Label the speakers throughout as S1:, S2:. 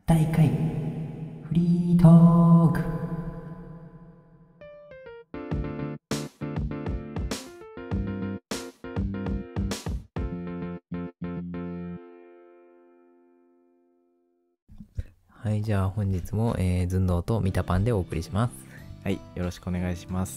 S1: 第1回フリートーク。はい、じゃあ本日も、寸胴とミタパンでお送りします。
S2: はい、よろしくお願いします。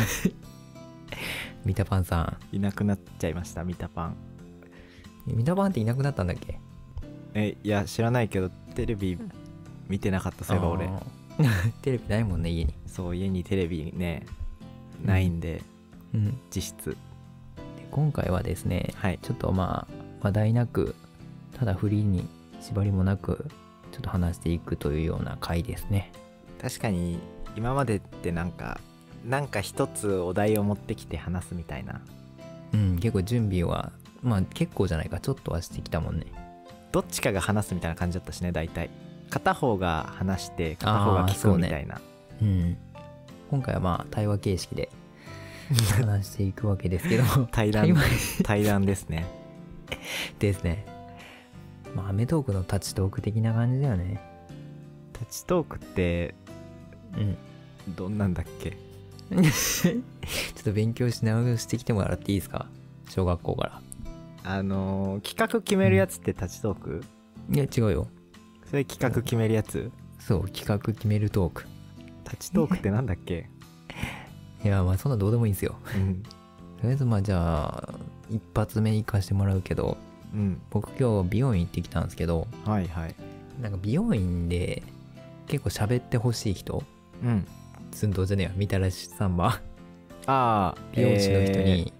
S1: ミタパンさ
S2: いなくなっちゃいました、ミタパン。
S1: ミタパンっていなくなったんだっけ？
S2: いや知らないけどテレビ見てなかった。そういえば俺
S1: テレビないもんね、家に。
S2: そう家にテレビねないんで、実質
S1: で今回はですね、
S2: はい
S1: ちょっと話題なく、ただフリーに縛りもなくちょっと話していくというような回ですね。
S2: 確かに今までってなんか一つお題を持ってきて話すみたいな、
S1: 結構準備は結構じゃないか、ちょっとはしてきたもんね。
S2: どっちかが話すみたいな感じだったしね。大体片方が話して片方が聞くみたいな、
S1: 今回は対話形式で話していくわけですけど
S2: 対談ですね
S1: ですね。アメトークのタッチトーク的な感じだよね。
S2: タッチトークってどんなんだっけ
S1: ちょっと勉強し直してきてもらっていいですか？小学校から。
S2: 企画決めるやつってタッチトーク？
S1: いや違うよ。
S2: それ企画決めるやつ？
S1: そう、企画決めるトーク。
S2: タッチトークってなんだっけ？
S1: いやそんなどうでもいいんですよ。とりあえずじゃあ一発目行かしてもらうけど、僕今日美容院行ってきたんですけど、
S2: はいはい。
S1: なんか美容院で結構喋ってほしい人、寸胴じゃねえわ、みたらしサンバ美容師の人に、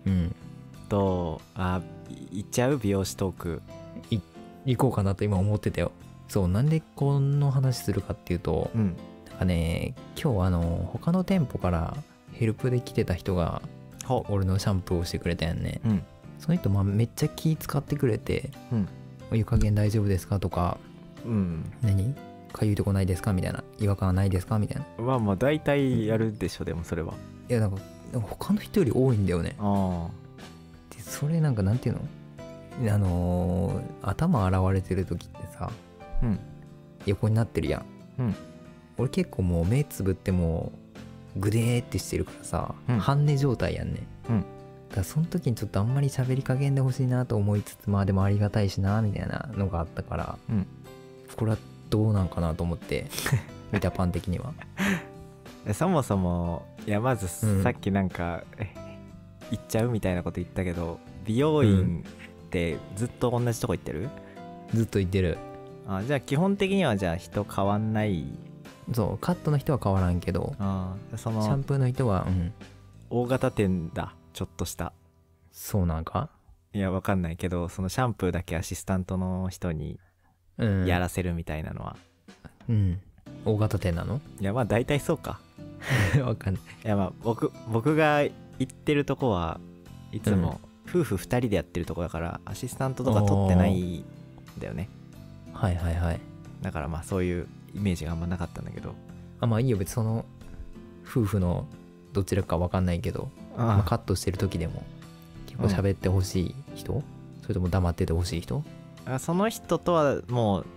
S2: 行っちゃう美容師トーク
S1: 行こうかなと今思ってたよ。そう、なんでこの話するかっていうと、なんかね、今日他の店舗からヘルプで来てた人が俺のシャンプーをしてくれたやんね。その人めっちゃ気使ってくれて、お湯加減大丈夫ですかとか、何かゆいとこないですかみたいな、違和感はないですかみたいな。
S2: 大体やるでしょ。でもそれは、
S1: いやなんか他の人より多いんだよね。でそれなんていうの、頭洗われてる時ってさ、横になってるやん。俺結構もう目つぶってもグデーってしてるからさ、半寝状態やんね。だからその時にちょっとあんまり喋り加減でほしいなと思いつつ、でもありがたいしなみたいなのがあったから、これはどうなんかなと思ってミタパン的には
S2: そもそもまずさっき行っちゃうみたいなこと言ったけど、美容院ってずっと同じとこ行ってる？
S1: ずっと行ってる。
S2: じゃあ基本的にはじゃあ人変わんない。
S1: そう、カットの人は変わらんけど、
S2: その
S1: シャンプーの人は
S2: 大型店だ。ちょっとした。
S1: そうなんか？
S2: いやわかんないけど、そのシャンプーだけアシスタントの人にやらせるみたいなのは、
S1: 大型店なの？
S2: いや大体そうか
S1: わかんない。
S2: いや僕が行ってるとこはいつも夫婦2人でやってるとこだから、アシスタントとか取ってないんだよね。
S1: はいはいはい。
S2: だからそういうイメージがあんまなかったんだけど。
S1: いいよ別にその夫婦のどちらかわかんないけど、カットしてる時でも結構喋ってほしい人、それとも黙っててほしい人？
S2: その人とはもう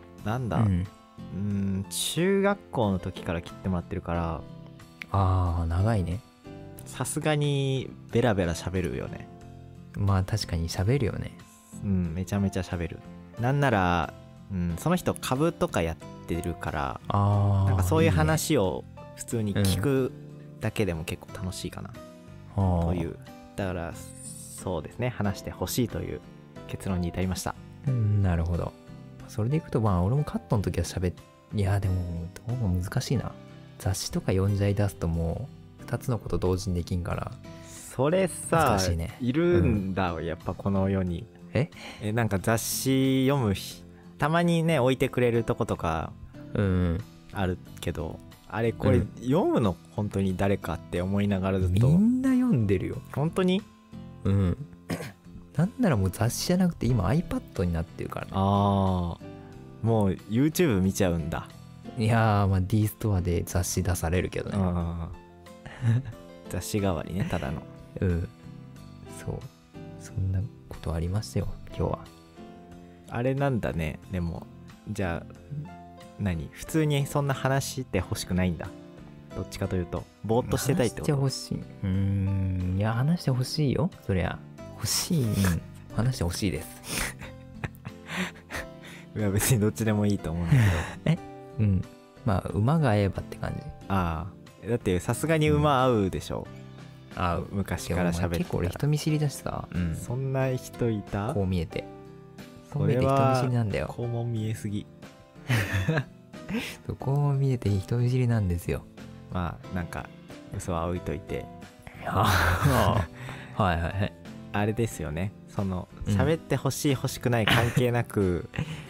S2: 中学校の時から切ってもらってるから。
S1: 長いね。
S2: さすがにベラベラ喋るよね。
S1: 確かに喋るよね。
S2: めちゃめちゃ喋る。なんなら、その人株とかやってるから、そういう話を普通に聞くだけでも結構楽しいかなという。だからそうですね、話してほしいという結論に至りました。
S1: なるほど。それでいくと俺もカットの時はいやでもどうも難しいな。雑誌とか読んじゃい出すともう2つのこと同時にできんから。
S2: それさ、難しいね。いるんだ、やっぱこの世に。雑誌読むたまにね置いてくれるとことかあるけど、これ読むの本当に誰かって思いながらずっと。
S1: みんな読んでるよ
S2: 本当に。
S1: なんならもう雑誌じゃなくて今 iPad になってるからね。
S2: もう YouTube 見ちゃうんだ。
S1: いやD ストアで雑誌出されるけどね。
S2: 雑誌代わりね、ただの。
S1: そうそんなことありましたよ今日は。
S2: あれなんだね。でもじゃあ普通にそんな話してほしくないんだ。どっちかというとぼーっとしてたいってこと？
S1: 話してほしい。いや話してほしいよ、そりゃ欲しい。話してほしいです。
S2: いや別にどっちでもいいと思うんだけど
S1: まあ馬が合えばって感じ。
S2: ああ、だってさすがに馬合うでしょ。昔から喋ってたら。
S1: 結構俺人見知りだしさ、
S2: そんな人いた？
S1: こう見えて人見知りなんだよ。
S2: こうも見えすぎ。
S1: こう見えて人見知りなんですよ。
S2: まあなんか嘘は置いといて
S1: はいはいはい。
S2: あれですよね、その喋ってほしい欲しくない関係なく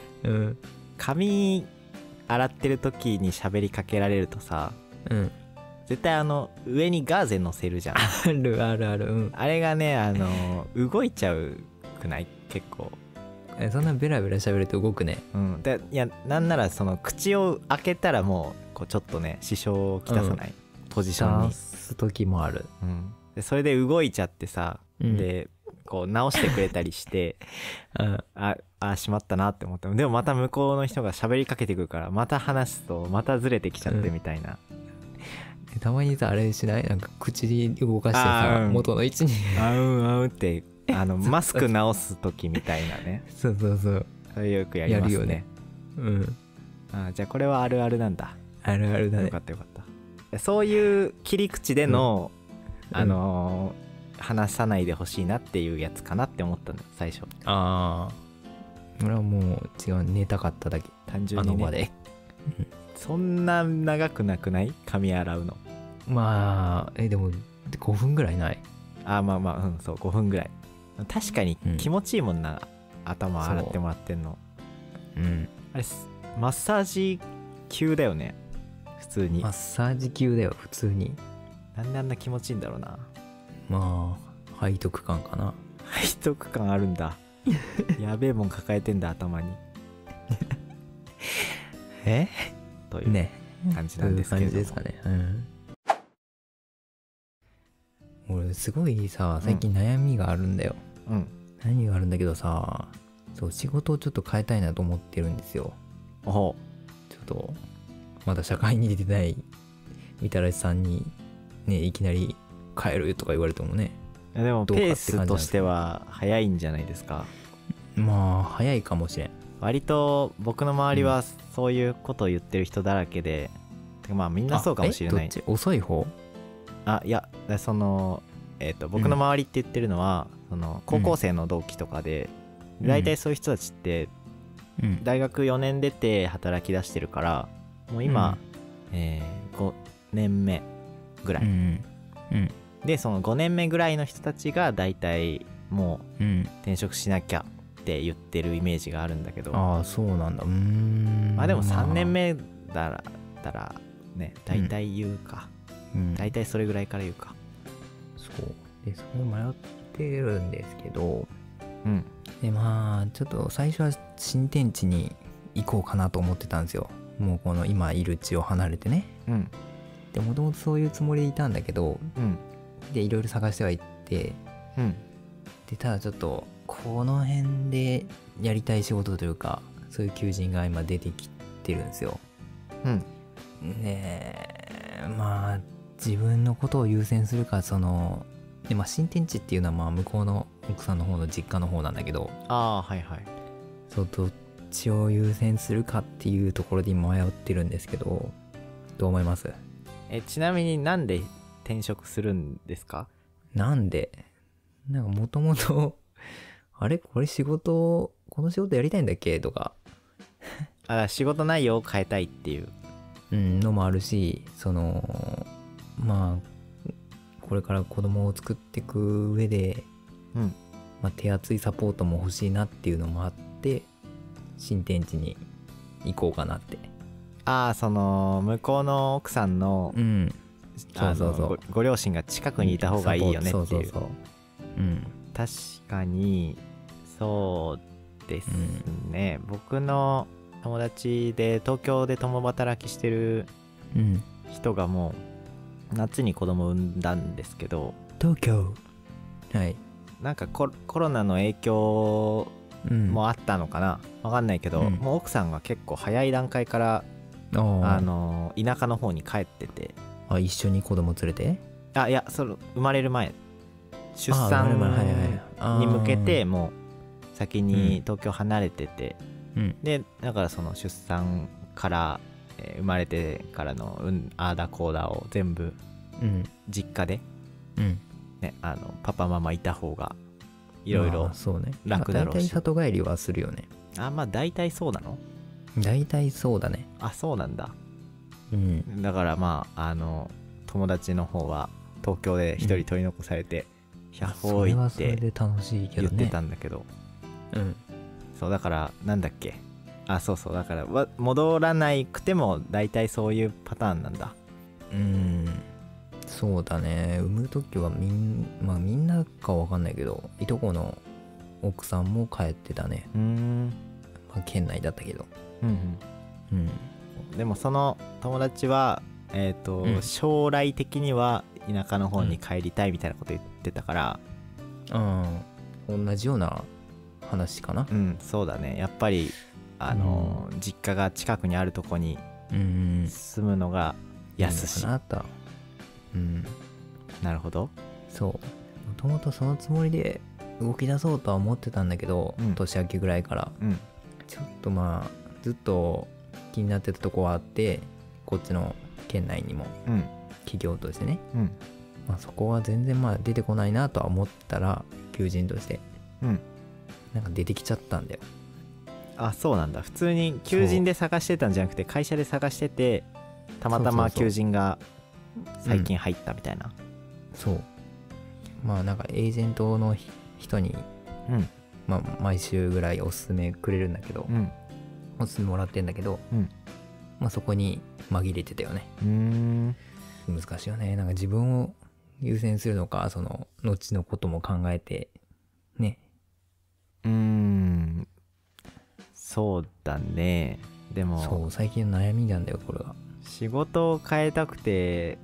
S2: 髪洗ってる時に喋りかけられるとさ、絶対上にガーゼ乗せるじゃん。
S1: あるあるある。
S2: あれがね動いちゃうくない？結構
S1: そんなベラベラ喋ると動くね。
S2: でいやなんならその口を開けたらもうこうちょっとね支障をきたさない、ポジションに
S1: 出す時もある。
S2: でそれで動いちゃってさ、でこう直してくれたりしてしまったなって思っても、でもまた向こうの人が喋りかけてくるからまた話すとまたずれてきちゃってみたいな、
S1: たまにさあれしない？なんか口動かしてさ、元の位置に
S2: ってマスク直す時みたいなね。
S1: そう
S2: それよくやりますね。やるよね。じゃあこれはあるあるなんだ。
S1: あるあるだね。
S2: よかったよかった。そういう切り口での、話さないでほしいなっていうやつかなって思ったんだ最初。
S1: 俺はもう違う、寝たかっただけ。
S2: 単純にね。
S1: で
S2: そんな長くなくない？髪洗うの。
S1: まあでも5分ぐらいない？
S2: まあそう5分ぐらい。確かに気持ちいいもんな、頭洗ってもらってんの。あれマッサージ級だよね普通に。
S1: マッサージ級だよ普通に。
S2: なんであんな気持ちいいんだろうな。
S1: まあ背徳感かな。
S2: 背徳感あるんだ。やべえもん抱えてんだ頭に。というね感じなんですけど。
S1: そういう感じですかね。俺すごいさ最近悩みがあるんだよ。悩みがあるんだけどさ、そう仕事をちょっと変えたいなと思ってるんですよ。ちょっとまだ社会に出てないみたらしさんにねいきなり変えるとか言われてもね。
S2: でもペースとしては早いんじゃないですか。
S1: まあ早いかもしれん。
S2: 割と僕の周りはそういうことを言ってる人だらけで、まあみんなそうかもしれない。
S1: どっち？遅い方？
S2: いやその僕の周りって言ってるのは、その高校生の同期とかで、大体そういう人たちって大学4年出て働き出してるから、もう今、5年目ぐらい、でその5年目ぐらいの人たちが大体もう転職しなきゃって言ってるイメージがあるんだけど。
S1: そうなんだ。
S2: まあでも3年目だったらね大体言うか、大体それぐらいから言うか。
S1: そうでそれ迷ってるんですけど、でまあちょっと最初は新天地に行こうかなと思ってたんですよ。もうこの今いる地を離れてね。でもともとそういうつもりでいたんだけど、でいろいろ探してはいって、でただちょっとこの辺でやりたい仕事というかそういう求人が今出てきてるんですよ。まあ自分のことを優先するか、そので新天地っていうのはまあ向こうの奥さんの方の実家の方なんだけど、そうどっちを優先するかっていうところで今迷ってるんですけど、どう思います？
S2: ちなみになんで転職するんですか？
S1: なんでなんかもともとこの仕事やりたいんだっけとか
S2: 仕事内容を変えたいっていう
S1: のもあるし、そのまあこれから子供を作っていく上で、手厚いサポートも欲しいなっていうのもあって、新天地に行こうかなって。
S2: その向こうの奥さんの、ご両親が近くにいた方がいいよねっていう。確かにそうですね。僕の友達で東京で共働きしてる人がもう夏に子供産んだんですけど、
S1: 東京
S2: なんかコロナの影響もあったのかな、わかんないけど、もう奥さんが結構早い段階から田舎の方に帰ってて。
S1: 一緒に子供連れて？
S2: いや、生まれる前、出産に向けてもう先に東京離れてて、でだからその出産から、生まれてからのあーだこーだを全部実家で、ね、パパママいた方がいろいろ楽だろうし、
S1: 大体里帰りはするよね。
S2: まあ大体そうなの？
S1: 大体そうだね。
S2: そうなんだ。だからまあ友達の方は東京で一人取り残されて、100歩行って言ってたんだけど、そうだからなんだっけ、そうだから戻らないくても大体そういうパターンなんだ。
S1: そうだね。産む時はみんなかわかんないけど、いとこの奥さんも帰ってたね。県内だったけど。
S2: でもその友達は将来的には田舎の方に帰りたいみたいなこと言ってたから、
S1: 同じような話かな。
S2: そうだね。やっぱり実家が近くにあるとこに住むのが安し、なるほど。
S1: そう、もともとそのつもりで動き出そうとは思ってたんだけど、年明けぐらいから、ちょっとずっと気になってたとこはあって、こっちの県内にも企業としてね、そこは全然出てこないなとは思ったら、求人としてなんか出てきちゃったんだよ。
S2: そうなんだ。普通に求人で探してたんじゃなくて、会社で探しててたまたま求人が最近入ったみたいな。そう
S1: なんかエージェントの人に、毎週ぐらいおすすめくれるんだけど、おすすめもらってんだけど、そこに紛れてたよね。難しいよね。なんか自分を優先するのか、その後のことも考えてね。
S2: そうだね。でも
S1: 最近の悩みなんだよこれが。
S2: 仕事を変えたくて、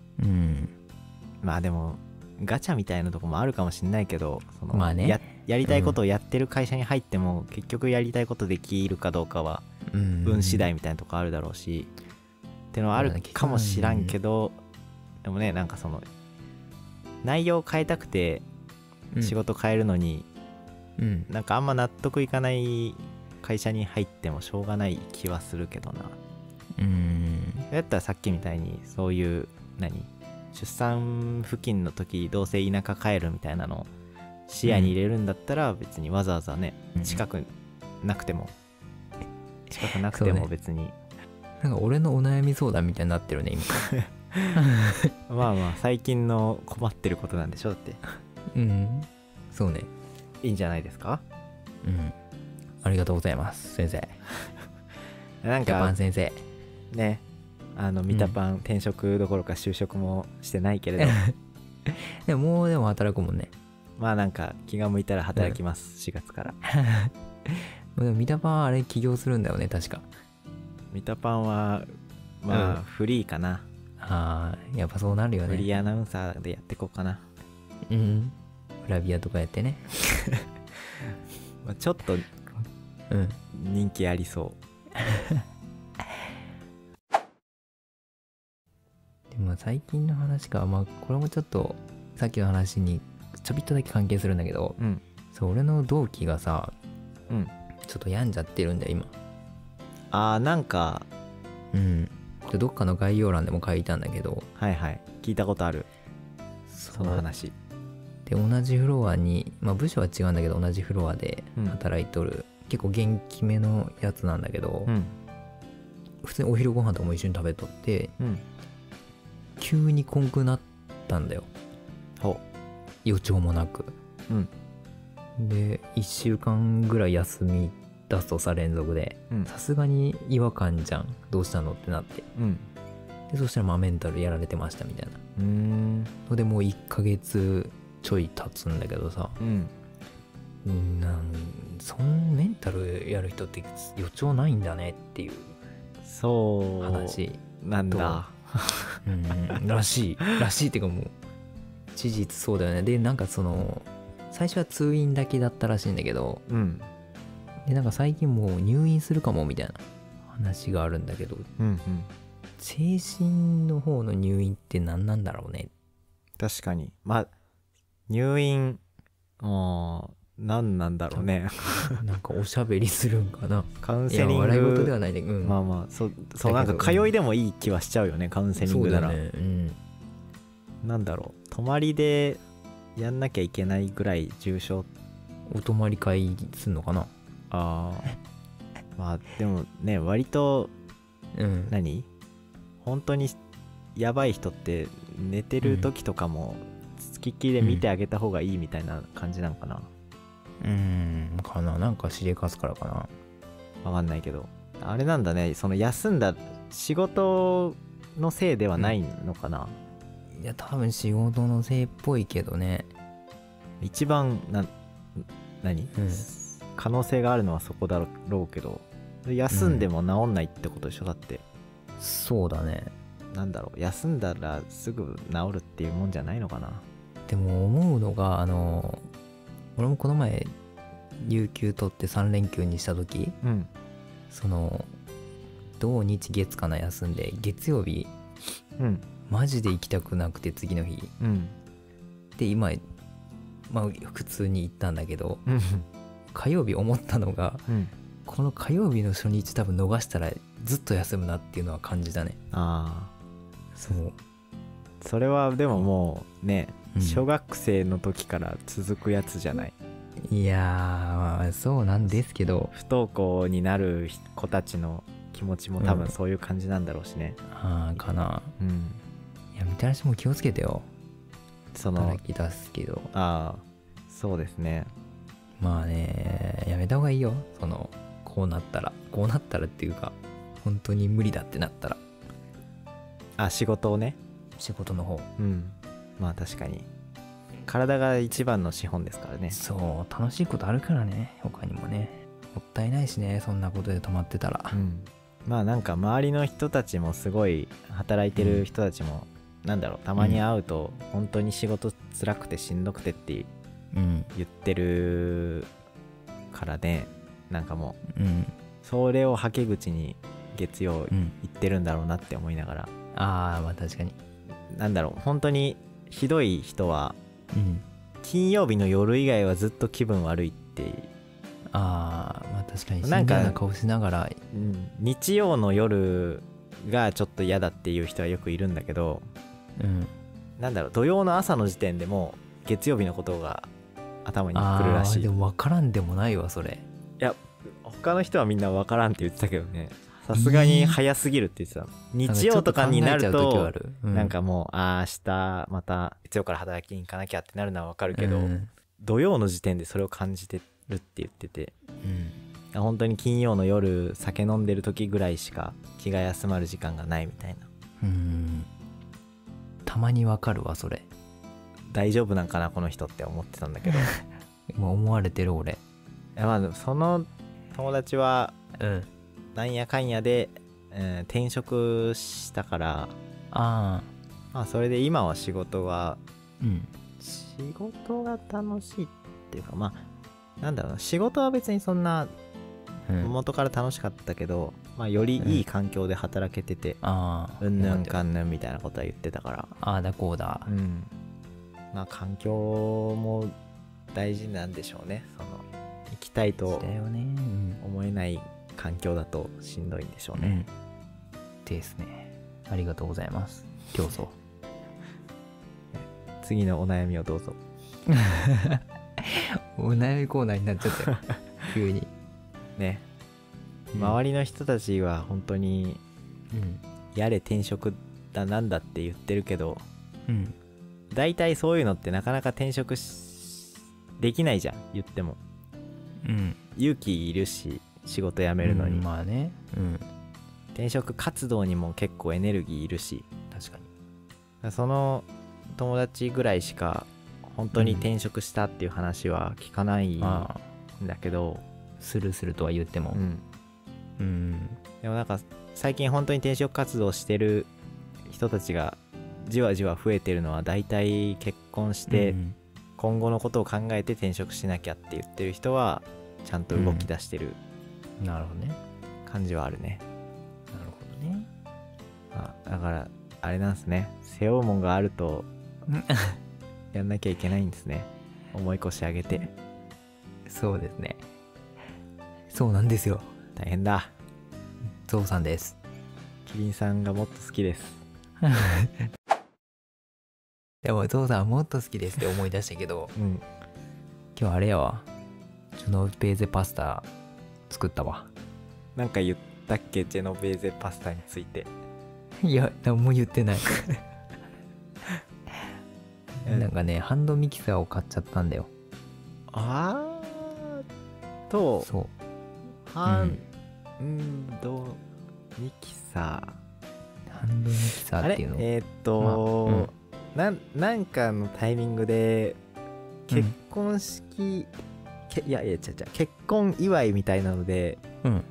S2: でもガチャみたいなとこもあるかもしれないけど、やりたいことをやってる会社に入っても、結局やりたいことできるかどうかは運次第みたいなとこあるだろうし、ってのはあるかもしらんけど、でもね、なんかその内容を変えたくて仕事変えるのに、なんかあんま納得いかない会社に入ってもしょうがない気はするけどな。だったらさっきみたいにそういう出産付近の時どうせ田舎帰るみたいなのを視野に入れるんだったら、別にわざわざね、近くなくても別に、
S1: なんか俺のお悩み相談みたいになってるね
S2: 今最近の困ってることなんでしょうって。
S1: そうね。
S2: いいんじゃないですか。
S1: ありがとうございます先生。
S2: なんか
S1: ミタパン先生
S2: ね、ミタパン、転職どころか就職もしてないけれど
S1: でも働くもんね。
S2: なんか気が向いたら働きます、4月から
S1: でもミタパンあれ起業するんだよね確か。
S2: ミタパンはフリーかな。
S1: やっぱそうなるよね。
S2: フリーアナウンサーでやっていこうかな。
S1: グラビアとかやってね
S2: ちょっと人気ありそう
S1: でも最近の話か、これもちょっとさっきの話にちょびっとだけ関係するんだけど、俺の同期がさ、ちょっと病んじゃってるんだよ
S2: 今。なんか
S1: どっかの概要欄でも書いたんだけど、
S2: 聞いたことあるその話
S1: で。同じフロアに、部署は違うんだけど同じフロアで働いとる、結構元気めのやつなんだけど、普通にお昼ご飯とかも一緒に食べとって、急にこんくなったんだよ。予兆もなく。で1週間ぐらい休み出すとさ、連続でさすがに違和感じゃん、どうしたのってなって、でそしたらメンタルやられてましたみたいなので、もう1ヶ月ちょい経つんだけどさ、そんメンタルやる人って予兆ないんだねっていう話
S2: なんだ
S1: らしいっていうか、もう事実そうだよね。でなんかその最初は通院だけだったらしいんだけど、でなんか最近もう入院するかもみたいな話があるんだけど、
S2: うんうん、
S1: 精神の方の入院って何なんだろうね。
S2: 確かに。まあ入院何なんだろうね。
S1: なんかおしゃべりするんかな。
S2: カウンセリング、
S1: 笑い事ではないね、
S2: まあまあそうなんか通いでもいい気はしちゃうよね、カウンセリングなら。
S1: そうだね、
S2: なんだろう、泊まりでやんなきゃいけないぐらい重症。
S1: お泊まり会すんのかな。
S2: まあでもね、割と、何本当にやばい人って寝てる時とかも付きっきりで見てあげた方がいいみたいな感じなのかな。
S1: かな、なんかしでかすからかな。
S2: わかんないけど、あれなんだね、その休んだ仕事のせいではないのかな。
S1: いや多分仕事のせいっぽいけどね。
S2: 一番何、可能性があるのはそこだろうけど、休んでも治んないってことでしょ、だって。
S1: そうだね。
S2: なんだろう、休んだらすぐ治るっていうもんじゃないのかな。
S1: でも思うのが、俺もこの前有給取って3連休にした時、その土日月かな休んで、月曜日、マジで行きたくなくて次の日、で今まあ普通に行ったんだけど、火曜日思ったのが、この火曜日の初日多分逃したらずっと休むなっていうのは感じたね。そう
S2: それはでももうね、小学生の時から続くやつじゃない。
S1: いやまあそうなんですけど、
S2: 不登校になる子たちの気持ちも多分そういう感じなんだろうしね。
S1: かな。いやみたらしも気をつけてよ。働き出すけど。
S2: そうですね。
S1: まあね、やめた方がいいよ。こうなったらっていうか、本当に無理だってなったら。
S2: 仕事をね。
S1: 仕事の方。
S2: まあ確かに体が一番の資本ですからね。
S1: そう、楽しいことあるからね、他にもね。もったいないしね、そんなことで止まってたら。
S2: まあなんか周りの人たちもすごい働いてる人たちも、なんだろう、たまに会うと本当に仕事辛くてしんどくてって言ってるからね。なんかもう、それをはけ口に月曜行ってるんだろうなって思いながら。
S1: まあ確かに。
S2: なんだろう、本当にひどい人は、金曜日の夜以外はずっと気分悪いって。
S1: まあ確かに。なんか顔しながら、
S2: 日曜の夜がちょっと嫌だっていう人はよくいるんだけど、なんだろう、土曜の朝の時点でも月曜日のことが頭に来るらしい。
S1: でも分からんでもないわそれ。
S2: いや他の人はみんな分からんって言ってたけどね。さすがに早すぎるって言ってたの。日曜とかになるとなんかもう明日また月曜から働きに行かなきゃってなるのは分かるけど、土曜の時点でそれを感じてるって言ってて、本当に金曜の夜酒飲んでる時ぐらいしか気が休まる時間がないみたいな。
S1: たまに分かるわそれ。
S2: 大丈夫なんかなこの人って思ってたんだけど
S1: もう思われてる俺。
S2: まあその友達は、なんやかんやで、転職したから、まあそれで今は仕事が、仕事が楽しいっていうか、まあなんだろうな、仕事は別にそんな元から楽しかったけど、まあよりいい環境で働けてて、うんぬんかんぬんみたいなことは言ってたから、
S1: だこうだ、
S2: まあ環境も大事なんでしょうね。行きたいと思えない環境だとしんどいんでしょうね。
S1: ですね。ありがとうございます。競争。
S2: 次のお悩みをどうぞ。
S1: お悩みコーナーになっちゃったよ急に
S2: ね。周りの人たちは本当に、やれ転職だなんだって言ってるけど、大体そういうのってなかなか転職できないじゃん、言っても。勇気いるし仕事辞めるのに、
S1: まあね、
S2: 転職活動にも結構エネルギーいるし。
S1: 確かに。
S2: その友達ぐらいしか本当に転職したっていう話は聞かないんだけど、
S1: するとは言っても、
S2: でもなんか最近本当に転職活動してる人たちがじわじわ増えてるのは、大体結婚して今後のことを考えて転職しなきゃって言ってる人はちゃんと動き出してる、
S1: なるほどね、
S2: 感じはあるね。 だからあれなんですね、背負うもんがあるとやんなきゃいけないんですね、重い腰上げて。
S1: そうですね、そうなんですよ。
S2: 大変だ。
S1: ゾウさんです。
S2: キリンさんがもっと好きです
S1: でもゾウさんもっと好きですって思い出したけど、うん、今日あれやわ、ジェノベーゼパスタ作ったわ。
S2: なんか言ったっけ、ジェノベーゼパスタについて。
S1: いや、何も言ってないなんかね、ハンドミキサーを買っちゃったんだよ。
S2: そうハンドミキサー、
S1: ハンドミキサーっていう
S2: の、なんかのタイミングで結婚式、いや違う結婚祝いみたいなので、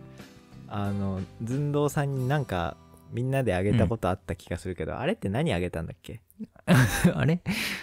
S2: 寸胴さんになんかみんなであげたことあった気がするけど、あれって何あげたんだっけ
S1: あれ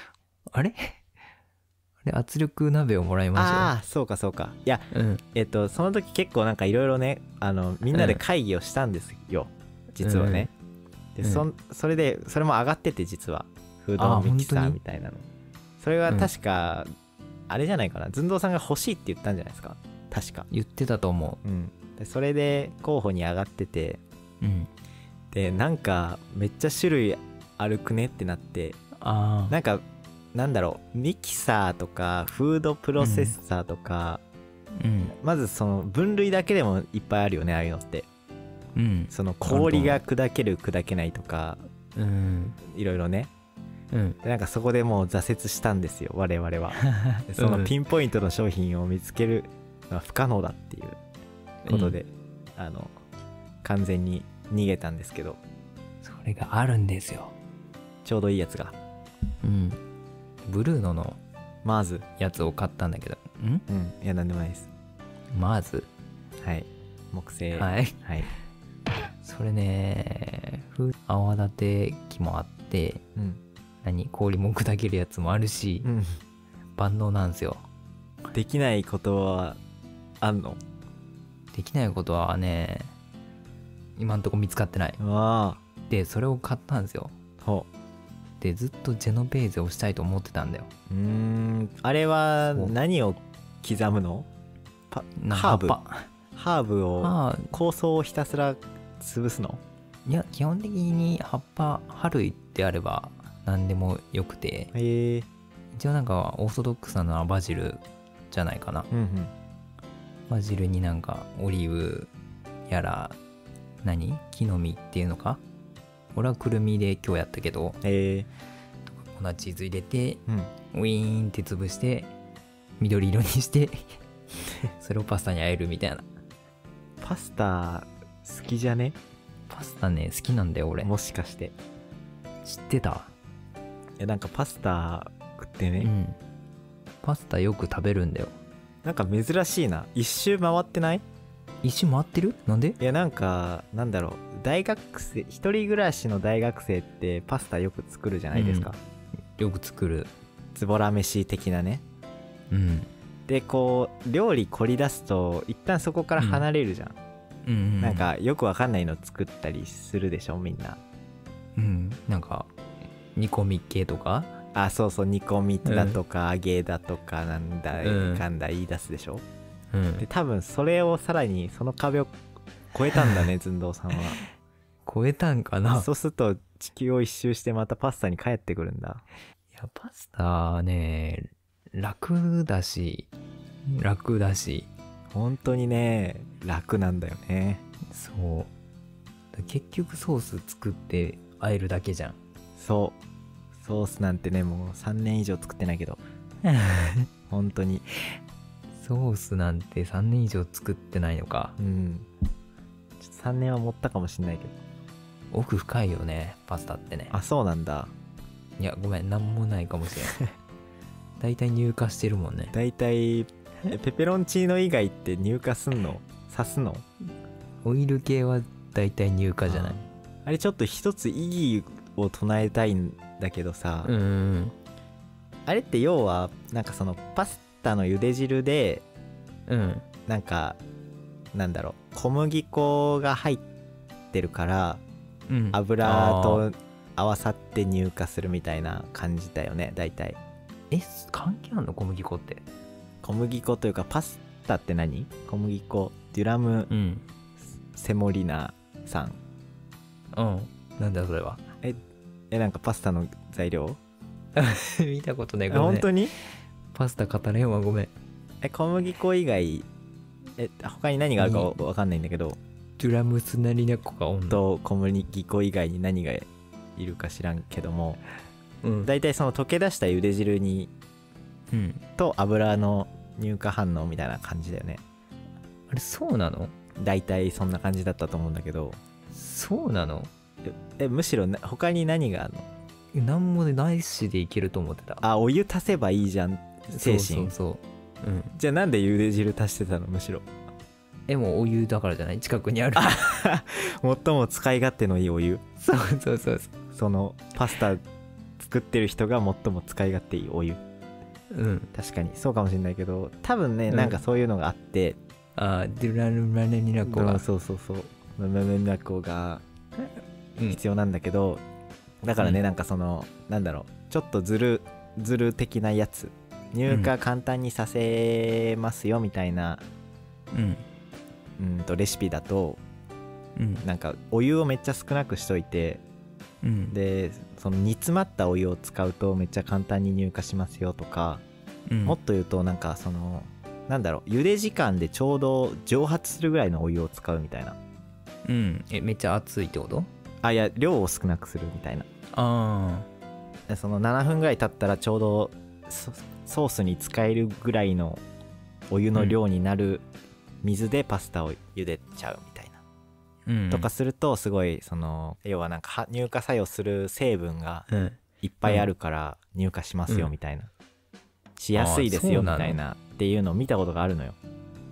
S1: 圧力鍋をもらいましたよ。
S2: ああ、そうか。いや、その時結構なんかいろいろね、みんなで会議をしたんですよ、実はね。で、それでそれも上がってて、実はフードミキサーみたいなの。それは確か、あれじゃないかな、寸胴さんが欲しいって言ったんじゃないですか、確か。
S1: 言ってたと思
S2: う。でそれで候補に上がってて、でなんかめっちゃ種類あるくねってなって、なんかなんだろう、ミキサーとかフードプロセッサーとか、まずその分類だけでもいっぱいあるよね、ああいうのって。その氷が砕ける砕けないとか、いろいろね。でなんかそこでもう挫折したんですよ、我々はそのピンポイントの商品を見つけるのは不可能だっていうことで、完全に逃げたんですけど、
S1: それがあるんですよ、
S2: ちょうどいいやつが。
S1: ブルーノの
S2: マーズ
S1: やつを買ったんだけど、
S2: いやなんでもないです。
S1: マーズ、
S2: はい木製、
S1: それね、泡立て器もあって、氷も砕けるやつもあるし、万能なんですよ。
S2: できないことはあんの？
S1: できないことはね、今んとこ見つかってない。でそれを買ったんですよ。でずっとジェノベーゼをしたいと思ってたんだよ。
S2: あれは何を刻むの？ハーブを香草をひたすら潰すの？
S1: いや、基本的に葉っぱ類であれば何でもよくて、一応なんかオーソドックスなのはバジルじゃないかな。バジルになんかオリーブやら木の実っていうのか、俺はくるみで今日やったけど、粉チーズ入れて、ウィーンって潰して緑色にしてそれをパスタに和えるみたいな。
S2: パスタ好きじゃね？
S1: パスタね、好きなんだよ俺。
S2: もしかして
S1: 知ってた？
S2: いやなんかパスタ食ってね、
S1: パスタよく食べるんだよ。
S2: なんか珍しいな、一周回ってない？
S1: 一周回ってる？なんで？
S2: いやなんかなんだろう、大学生、一人暮らしの大学生ってパスタよく作るじゃないですか。
S1: よく作る。
S2: ズボラ飯的なね。でこう料理凝り出すと一旦そこから離れるじゃん。なんかよくわかんないの作ったりするでしょみんな。
S1: なんか煮込み系とか。
S2: そう煮込みだとか揚げだとかなんだかんだ言い出すでしょ。で多分それをさらにその壁を越えたんだね寸胴さんは。
S1: 超えたんかな。
S2: そうすると地球を一周してまたパスタに帰ってくるんだ。
S1: いやパスタね、楽だし
S2: 本当にね楽なんだよね。
S1: そう結局ソース作って和えるだけじゃん。
S2: そうソースなんてねもう3年以上作ってないけど本当に
S1: ソースなんて3年以上作ってないのか。
S2: ちょっと3年は持ったかもしんないけど。
S1: 奥深いよねパスタってね。
S2: そうなんだ。
S1: いやごめん、なんもないかもしれないだいたい乳化してるもんね。
S2: だいたいペペロンチーノ以外って乳化すんの？刺すの？
S1: オイル系はだいたい乳化じゃない？
S2: あれちょっと一つ意義を唱えたいんだけどさ、あれって要はなんかそのパスタの茹で汁で、なんかなんだろう、小麦粉が入ってるから、 油と合わさって乳化するみたいな感じだよね大体。
S1: 関係あんの小麦粉って。
S2: 小麦粉というかパスタって何？小麦粉デュラム、セモリナ酸。
S1: なんだそれは。
S2: なんかパスタの材料
S1: 見たことね。ごめん。
S2: 本当に
S1: パスタ語れんわ、ごめん。
S2: 小麦粉以外他に何があるか分かんないんだけど、
S1: デュラムスナリナコがおんの
S2: と小麦粉以外に何がいるか知らんけども、だいたいその溶け出した茹で汁に、と油の乳化反応みたいな感じだよね。
S1: あれそうなの？
S2: だいたいそんな感じだったと思うんだけど。
S1: そうなの？
S2: むしろ他に何があるの？
S1: なんもでないしでいけると思ってた。
S2: お湯足せばいいじゃん精神。
S1: そう、
S2: じゃあなんで茹で汁足してたの？むしろ
S1: もうお湯だからじゃない？近くにある
S2: 最も使い勝手のいいお湯。
S1: そう
S2: そのパスタ作ってる人が最も使い勝手いいお湯。確かにそうかもしれないけど、多分ね、なんかそういうのがあって、
S1: デュラルマネニナコが
S2: そうマネニナコが必要なんだけど、だからね、なんかそのなんだろう、ちょっとズル的なやつ、乳化簡単にさせますよみたいな、レシピだと、なんかお湯をめっちゃ少なくしといて、でその煮詰まったお湯を使うとめっちゃ簡単に乳化しますよとか、もっと言うとなんかそのなんだろう、茹で時間でちょうど蒸発するぐらいのお湯を使うみたいな。
S1: めっちゃ熱いってこと？
S2: いや量を少なくするみたいな。その7分ぐらい経ったらちょうどソースに使えるぐらいのお湯の量になる水でパスタを茹でちゃうみたいな、とかするとすごいその要はなんか乳化作用する成分がいっぱいあるから乳化しますよみたいな、しやすいですよみたいなっていうのを見たことがあるのよ。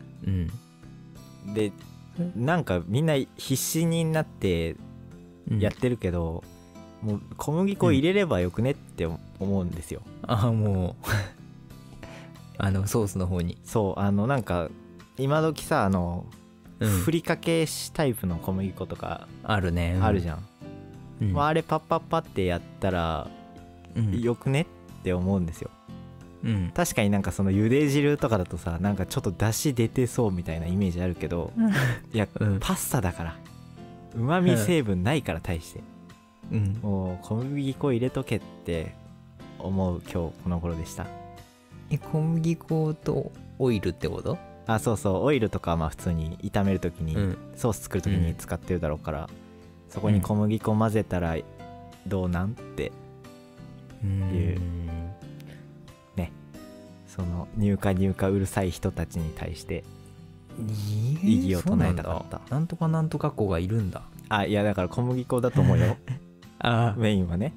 S2: でなんかみんな必死になってやってるけど、もう小麦粉入れればよくねって思うんですよ。
S1: もうソースの方に。
S2: そうなんか今時さふりかけタイプの小麦粉とか
S1: あるね、
S2: あるじゃん。あれパッパッパってやったらよくねって思うんですよ。確かになんかその茹で汁とかだとさ、なんかちょっと出汁出てそうみたいなイメージあるけど、いや、パスタだからうまみ成分ないから大して、もう小麦粉入れとけって思う今日この頃でした。
S1: 小麦粉とオイルってこと？
S2: そうオイルとかはまあ普通に炒めるときに、ソース作るときに使ってるだろうから、そこに小麦粉混ぜたらどうなんっていうね、その乳化うるさい人たちに対して異議を唱えたかった。
S1: なんとかなんとか粉がいるんだ。
S2: いやだから小麦粉だと思うよメインはね。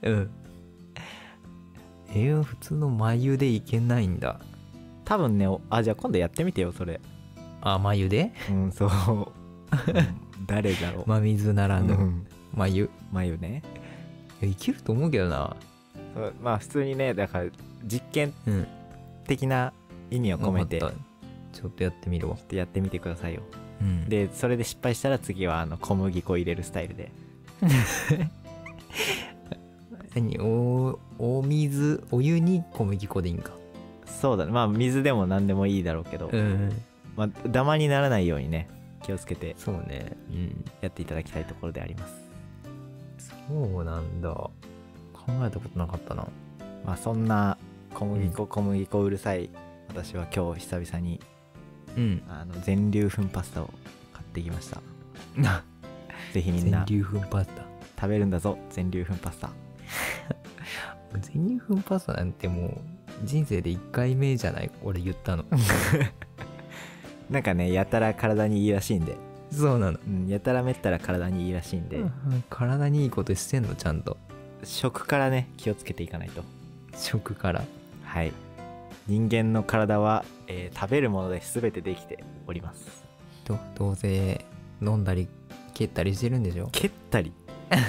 S1: 普通の眉でいけないんだ
S2: 多分ね。じゃあ今度やってみてよそれ。
S1: 眉で？
S2: そう誰だろう。
S1: 真水ならぬ眉
S2: ね。
S1: いけると思うけどな。
S2: まあ普通にね、だから実験的な意味を込めて、ちょ
S1: っとやってみるわ。
S2: ちょっとやってみてくださいよ。でそれで失敗したら次は小麦粉入れるスタイルで
S1: お湯に小麦粉でいいんか。
S2: そうだね。まあ水でも何でもいいだろうけど、まあダマにならないようにね気をつけて、
S1: そうね、
S2: やっていただきたいところであります。
S1: そうなんだ。考えたことなかったな。
S2: まあそんな小麦粉うるさい私は今日久々に全粒粉パスタを買ってきましたぜひみんな
S1: 全粒粉パスタ
S2: 食べるんだぞ。全粒粉パスタ
S1: 全粒粉パスタなんてもう人生で1回目じゃない？俺言ったの
S2: なんかね、やたら体にいいらしいんで。
S1: そうなの、
S2: やたらめったら体にいいらしいんで、
S1: 体にいいことしてんのちゃんと。
S2: 食からね気をつけていかないと。
S1: 食から。
S2: はい。人間の体は、食べるもので全てできております。
S1: どうせ飲んだり蹴ったりしてるんでしょ？
S2: 蹴ったり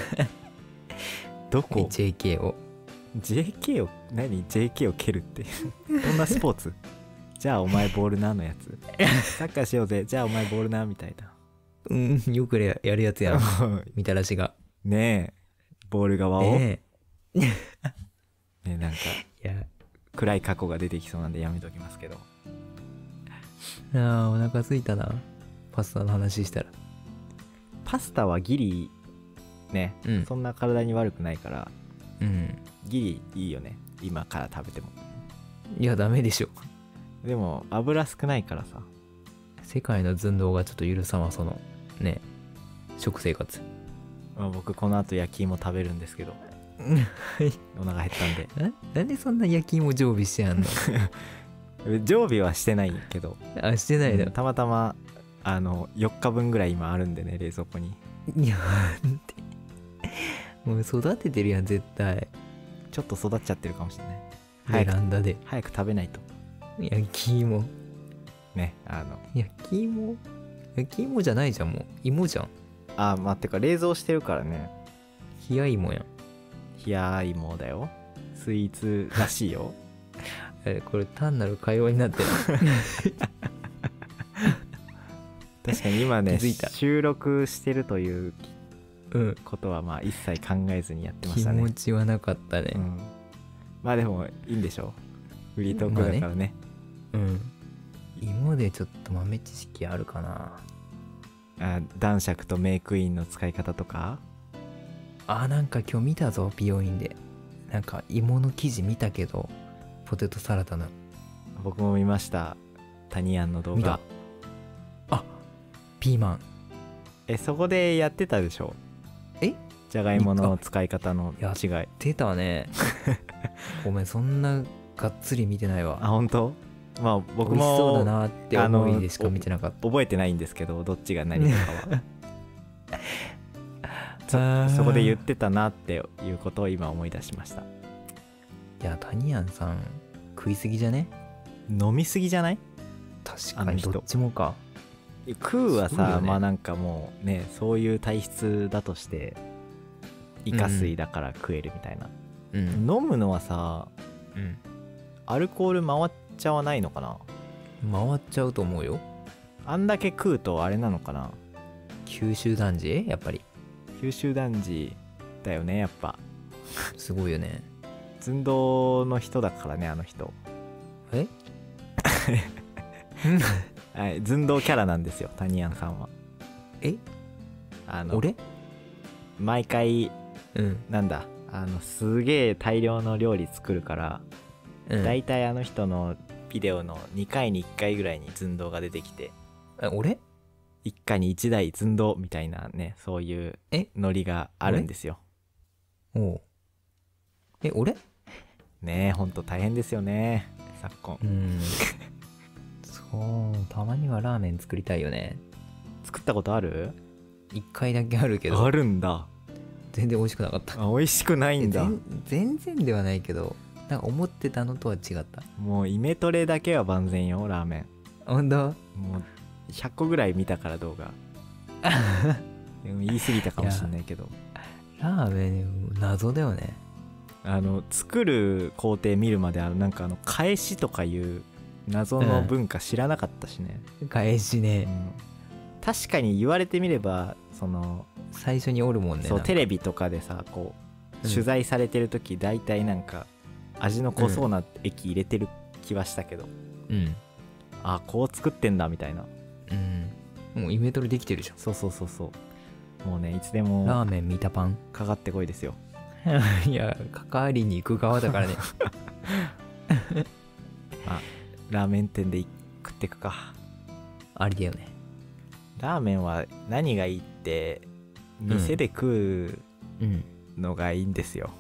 S2: どこ？
S1: JK を
S2: JK を何？ JK を蹴るってどんなスポーツ？じゃあお前ボールなのやつサッカーしようぜ、じゃあお前ボールなみたいな
S1: うん、よくやるやつやん。みたらしが。
S2: ねえ、ボール側を。ねえ、なんか、いや、暗い過去が出てきそうなんでやめときますけど。
S1: ああ、お腹すいたな。パスタの話したら。
S2: パスタはギリ、ね、うん、そんな体に悪くないから、うん、ギリいいよね。今から食べても。
S1: いや、ダメでしょ。
S2: でも、油少ないからさ。
S1: 世界の寸胴がちょっと許さま、その、ね、食生活。
S2: まあ、僕、この後焼き芋食べるんですけど。お腹減ったんで。
S1: なんでそんな焼き芋常備してやんの？
S2: 常備はしてないけど。
S1: あ、してないだ、
S2: たまたま4日分ぐらい今あるんでね、冷蔵庫に。
S1: いや、もう育ててるやん絶対。
S2: ちょっと育っちゃってるかもしれ
S1: ない。ベランダで
S2: 早く食べないと。
S1: 焼き芋
S2: ね、
S1: 焼き芋じゃないじゃん、もう芋じゃん。
S2: あ、まあてか冷蔵してるからね。
S1: 冷や芋やん。
S2: 冷や芋だよ。スイーツらしいよ。
S1: これ単なる会話になってる。
S2: 確かに今ね、収録してるということはまあ一切考えずにやってましたね。
S1: 気持ちはなかったね、うん、
S2: まあでもいいんでしょう、フリートークだからね、
S1: まあね、うん。芋でちょっと豆知識あるかな。
S2: 男爵とメイクインの使い方とか。
S1: なんか今日見たぞ、美容院で。なんか芋の生地見たけど、ポテトサラダの。
S2: 僕も見ました、タニアンの動画。
S1: あ、ピーマ
S2: ン。そこでやってたでしょ。じゃがいもの使い方の違い。
S1: やってたね。ごめん、そんながっつり見てないわ。
S2: あ、本当？まあ僕も
S1: 美味しそうだなって思いでしか見てなかった。
S2: 覚えてないんですけど、どっちが何とかは。そこで言ってたなっていうことを今思い出しました。
S1: いや、タニアンさん食いすぎじゃね？
S2: 飲みすぎじゃない？
S1: 確かにどっちもか。
S2: 食うはさ、ね、まあなんかもうね、そういう体質だとしてイカ水だから食えるみたいな、うん、飲むのはさ、うん、アルコール回っちゃわないのかな？
S1: 回っちゃうと思うよ。
S2: あんだけ食うとあれなのかな？
S1: 九州男児？やっぱり
S2: 九州男児だよね、やっぱ。
S1: すごいよね。
S2: 寸胴の人だからね、あの人。はい、寸胴キャラなんですよ、タニアンさんは。
S1: 俺
S2: 毎回、うん、なんだ、すげえ大量の料理作るから、うん、だいたいあの人のビデオの2回に1回ぐらいに寸胴が出てきて。
S1: 俺
S2: 一家に一台寸胴みたいなね、そういうノリがあるんですよ。
S1: 俺
S2: ねえ、ほんと大変ですよね、昨今。
S1: そう、たまにはラーメン作りたいよね。
S2: 作ったことある
S1: ？1回だけあるけど。
S2: あるんだ。
S1: 全然美味しくなかった。
S2: 美味しくないんだ。
S1: 全然ではないけど、なんか思ってたのとは違った。
S2: もうイメトレだけは万全よ、ラーメン。
S1: ほんと？
S2: もう100個ぐらい見たから動画。でも言い過ぎたかもしんないけど。
S1: ラーメン謎だよね。
S2: 作る工程見るまでなんか返しとかいう謎の文化知らなかったしね。
S1: 返しね、
S2: うん、確かに言われてみれば、その
S1: 最初におるもんね。
S2: そう、テレビとかでさ、こう取材されてる時、大体なんか味の濃そうな液入れてる気はしたけど、うん、あ、こう作ってんだみたいな。
S1: うん、もうイメトレできてるじゃん。
S2: そう、もうね、いつでも
S1: ラーメン見たパン
S2: かかってこいですよ。
S1: いや、関わりに行く側だからね。
S2: ラーメン店で食ってくか。
S1: ありだよね。
S2: ラーメンは何がいいって、店で食うのがいいんですよ。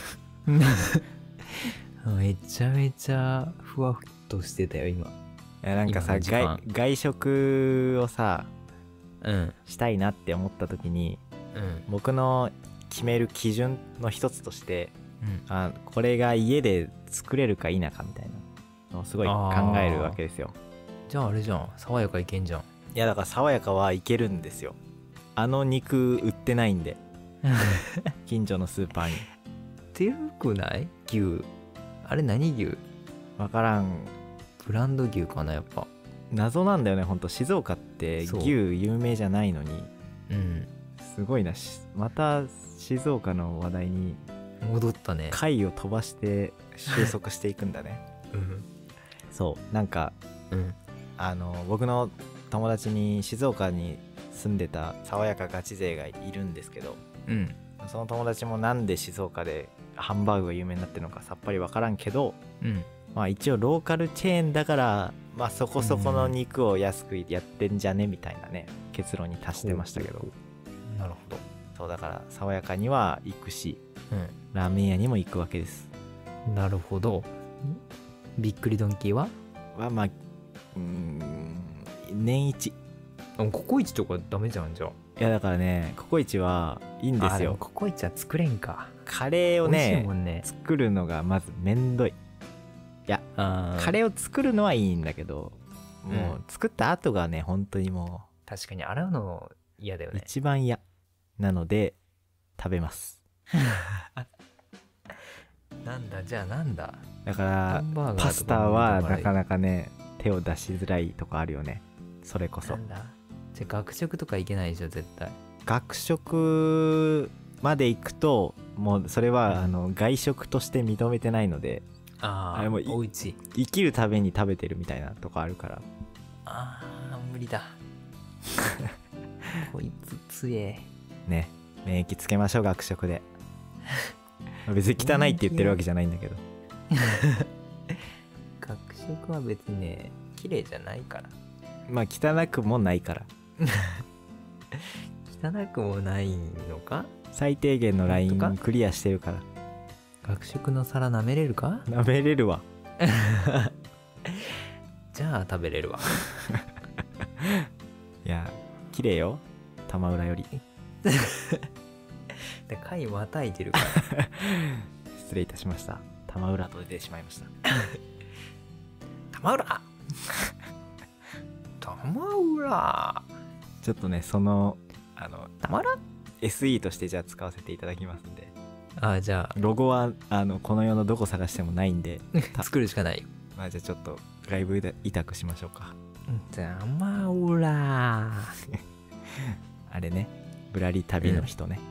S1: めちゃめちゃふわふっとしてたよ今。
S2: なんかさ、外食をさ、したいなって思った時に、僕の決める基準の一つとして、これが家で作れるか否かみたいなのをすごい考えるわけですよ。
S1: じゃああれじゃん、爽やかいけんじゃん。
S2: いや、だから爽やかはいけるんですよ。肉売ってないんで。近所のスーパーに。
S1: っていうくない？牛。あれ何牛？
S2: わからん。
S1: ブランド牛かな、やっぱ。
S2: 謎なんだよねほんと。静岡って牛有名じゃないのに、すごいな。また静岡の話題に
S1: 戻ったね。
S2: 回を飛ばして収束していくんだね。そうなんか、僕の友達に静岡に住んでた爽やかガチ勢がいるんですけど、その友達もなんで静岡でハンバーグが有名になってるのかさっぱり分からんけど、まあ一応ローカルチェーンだから、まあそこそこの肉を安くやってんじゃねみたいなね結論に達してましたけど。
S1: なるほど。
S2: そうだから爽やかには行くし、ラーメン屋にも行くわけです。
S1: なるほど。びっくりドンキーは
S2: まあ年一。
S1: ココイチとかダメじゃんじゃあ。
S2: いやだからねココイチはいいんですよ。
S1: ココイチは作れんか。
S2: カレーをね作るのがまずめんどい。いやカレーを作るのはいいんだけど、もう作った後がね本当にもう
S1: 確かに洗うの嫌だよね。
S2: 一番嫌なので食べます。
S1: なんだじゃあなんだ。
S2: だからパスタはなかなかね手を出しづらいとかあるよね。それこそ
S1: なんだじゃあ学食とか行けないでしょ絶対。
S2: 学食まで行くともうそれは外食として認めてないので、
S1: あれもおうち
S2: 生きるために食べてるみたいなとこあるから、
S1: 無理だ。こいつ強え
S2: ね。免疫つけましょう学食で。別に汚いって言ってるわけじゃないんだけど。
S1: 学食は別にね綺麗じゃないから。
S2: まあ汚くもないから。
S1: 汚くもないのか。
S2: 最低限のラインクリアしてるから。
S1: 学食の皿舐めれるか。
S2: 舐めれるわ。
S1: じゃあ食べれるわ。
S2: いや綺麗よ玉浦より。
S1: で貝またいてるから。
S2: 失礼いたしました。玉浦と出てしまいました。
S1: 玉浦。玉浦。
S2: ちょっとね玉
S1: 浦
S2: SE としてじゃあ使わせていただきますんで。
S1: じゃあ
S2: ロゴはこの世のどこ探してもないんで
S1: 作るしかないよ。
S2: まあじゃあちょっと外部委託しましょうか。
S1: 玉浦。
S2: あれねぶらり旅の人ね。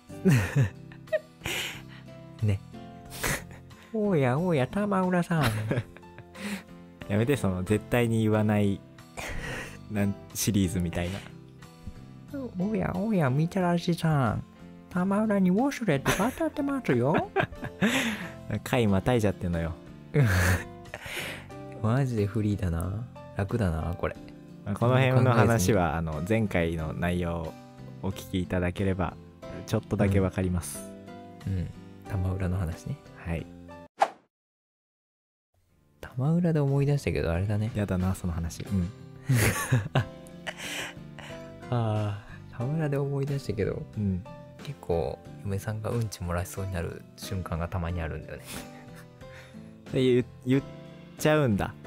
S1: ね。おやおや玉浦さん。
S2: やめてその絶対に言わないシリーズみたいな。
S1: おやおやみたらしさん、玉浦にウォシュレット当たってますよ。
S2: 回またいじゃってんのよ。
S1: マジでフリーだな。楽だなこれ。
S2: この辺の話は前回の内容をお聞きいただければちょっとだけわかります。
S1: 玉浦の話ね。
S2: はい。
S1: 玉浦で思い出したけどあれだね。
S2: やだなその話。
S1: 玉浦で思い出したけど、結構嫁さんがうんち漏らしそうになる瞬間がたまにあるんだよ
S2: ね。言っちゃうんだ。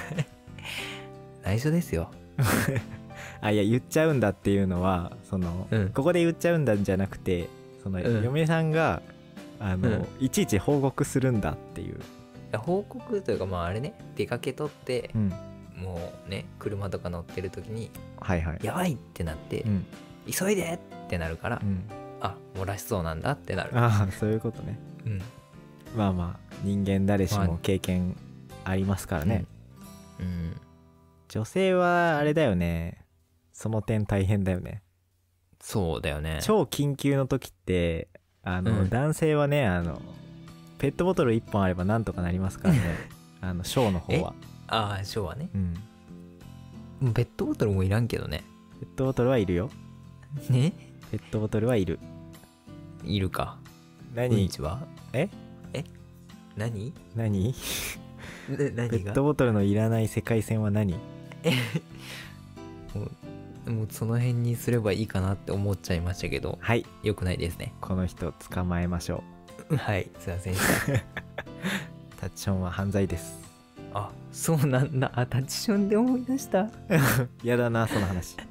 S1: 内緒ですよ。
S2: いや言っちゃうんだっていうのはここで言っちゃうんだんじゃなくて嫁さんがいちいち報告するんだっていう。
S1: 報告というかまああれね出かけとって、もうね車とか乗ってる時にやばいってなって、急いでってなるから、漏らしそうなんだってなる。
S2: そういうことね。まあまあ人間誰しも経験ありますからね。女性はあれだよね。その点大変だよね。
S1: そうだよね。
S2: 超緊急の時って男性はねペットボトル1本あればなんとかなりますからね。ショーの方は。
S1: ショーはね。ペットボトルもいらんけどね。
S2: ペットボトルはいるよ。
S1: ね。
S2: ペットボトルはいる。
S1: いるか。
S2: 何？
S1: うんちは？何？
S2: 何？
S1: ペ
S2: ットボトルのいらない世界線は何？
S1: もうその辺にすればいいかなって思っちゃいましたけど、
S2: はい、
S1: よくないですね。
S2: この人捕まえましょ
S1: う。はい、すいませんでした。
S2: タッチションは犯罪です。
S1: そうなんだ。タッチションで思い出した。
S2: やだなその話。
S1: タ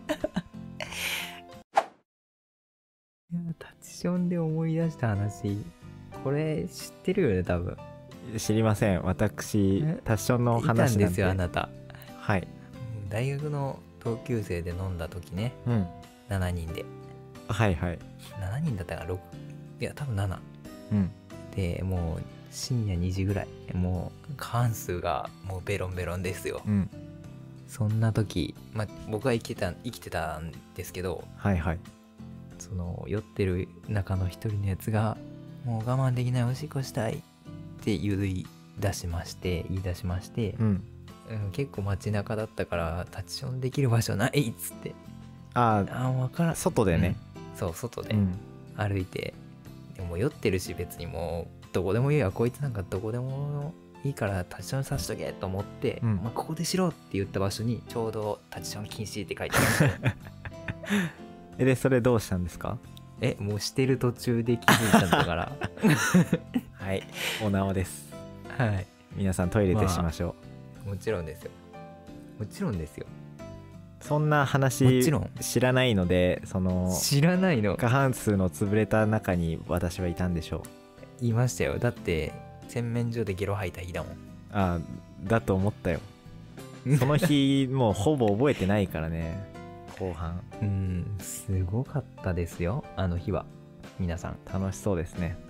S1: ッチションで思い出した話、これ知ってるよね多分。
S2: 知りません。私タッチションの話なんて。
S1: いたんですよあなた。
S2: はい。
S1: 大学の同級生で飲んだ時ね、7人で。
S2: はいはい。
S1: 7人だったかな、6、いや多分7。でもう深夜2時ぐらい、もう過半数がもうベロンベロンですよ。そんな時、僕は生きてたんですけど、その酔ってる中の一人のやつが、もう我慢できない、おしっこしたいって言い出しまして、結構街中だったからタッチションできる場所ないっつって、分からん、
S2: 外でね、
S1: そう外で歩いて、でも酔ってるし別にもうどこでもいいわ、こいつなんかどこでもいいからタッチションさせとけと思って、ここでしろって言った場所にちょうどタッチション禁止って書いてある。
S2: でそれどうしたんですか？
S1: もうしてる途中で気づいちゃったから
S2: はい、お縄です。
S1: はい、
S2: 皆さんトイレでしましょ
S1: う。もちろんですよ、もちろんですよ。
S2: そんな話知らないので、その
S1: 知らないの、
S2: 過半数の潰れた中に私はいたんでしょ
S1: う。いましたよ。だって洗面所でゲロ吐いた日だもん。
S2: だと思ったよ。その日もうほぼ覚えてないからね、後半。
S1: すごかったですよ、あの日は。皆さん
S2: 楽しそうですね。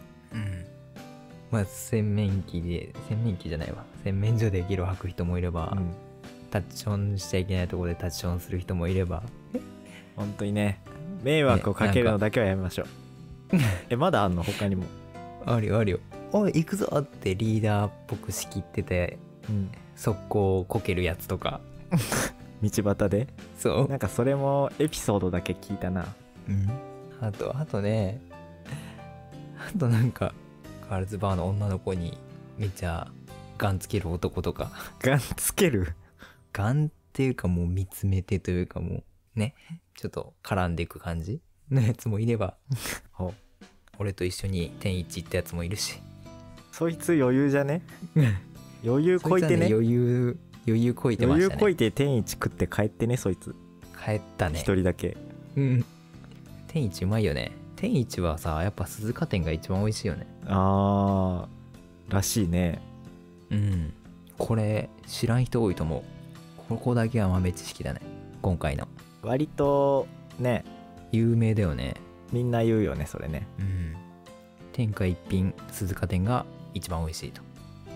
S1: 洗面器じゃないわ、洗面所でゲロ吐く人もいれば、タッチションしちゃいけないところでタッチションする人もいれば、
S2: 本当にね、迷惑をかけるのだけはやめましょう。まだあんの？他にも
S1: あるよあるよ。おい行くぞってリーダーっぽく仕切ってて、速攻こけるやつとか
S2: 道端で。
S1: そう、
S2: なんかそれもエピソードだけ聞いたな。
S1: あとね、あとなんかガールズバーの女の子にめっちゃガンつける男とか。
S2: ガンつける？
S1: ガンっていうかもう見つめてというか、もうね、ちょっと絡んでいく感じのやつもいれば俺と一緒に天一行ったやつもいるし。
S2: そいつ余裕じゃね？余裕こいてね。
S1: 余裕こいてましたね。
S2: 余裕こいて天一食って帰ってね、そいつ。
S1: 帰ったね。
S2: 一人だけ。
S1: 天一うまいよね。天一はさ、やっぱ鈴鹿店が一番美味しいよね。
S2: らしいね。
S1: これ知らん人多いと思う。ここだけは豆知識だね、今回の。
S2: 割とね、
S1: 有名だよね。
S2: みんな言うよね、それね。
S1: 天下一品鈴鹿店が一番美味しいと。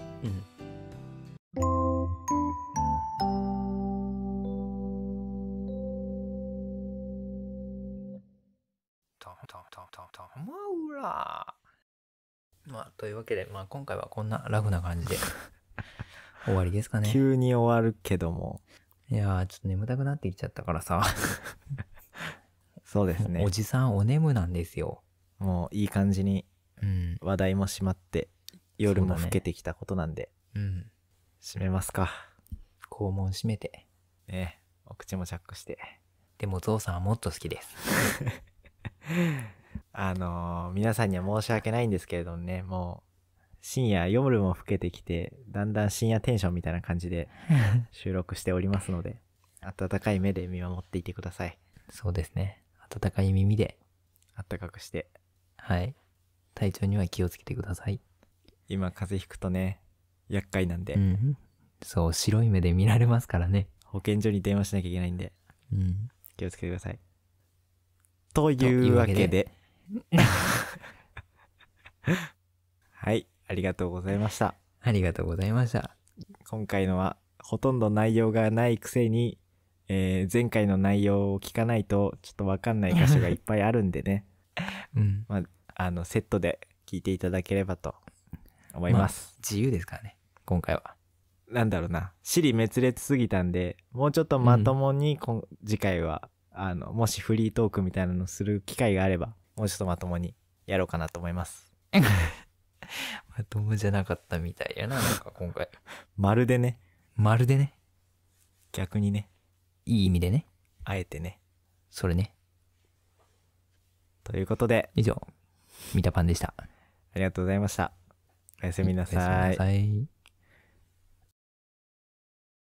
S1: というわけで、今回はこんなラフな感じで終わりですかね。
S2: 急に終わるけども。
S1: いやー、ちょっと眠たくなってきちゃったからさ。
S2: そうですね。
S1: おじさんお眠なんですよ。
S2: もういい感じに話題も閉まって、夜も更けてきたことなんで、閉めますか。
S1: 肛門閉めて
S2: ね、お口もチャックして。
S1: でもゾウさんはもっと好きです。
S2: 皆さんには申し訳ないんですけれどもね、もう深夜、夜も更けてきて、だんだん深夜テンションみたいな感じで収録しておりますので、温かい目で見守っていてください。
S1: そうですね。温かい耳で
S2: 温かくして、
S1: はい、体調には気をつけてください。
S2: 今風邪ひくとね、厄介なんで、
S1: そう、白い目で見られますからね。
S2: 保健所に電話しなきゃいけないんで、気をつけてください。というわけではい、ありがとうございました。
S1: ありがとうございました。
S2: 今回のはほとんど内容がないくせに、前回の内容を聞かないとちょっと分かんない箇所がいっぱいあるんでね、セットで聞いていただければと思います。
S1: 自由ですからね、今回は。
S2: なんだろうな、尻滅裂すぎたんで、もうちょっとまともに次回はもしフリートークみたいなのする機会があれば、もうちょっとまともにやろうかなと思います。
S1: まともじゃなかったみたいやな、なんか今回。
S2: まるでね。逆にね。
S1: いい意味でね。
S2: あえてね。
S1: それね。
S2: ということで。
S1: 以上、ミタパンでした。
S2: ありがとうございました。おやすみなさい。
S1: おやすみなさい。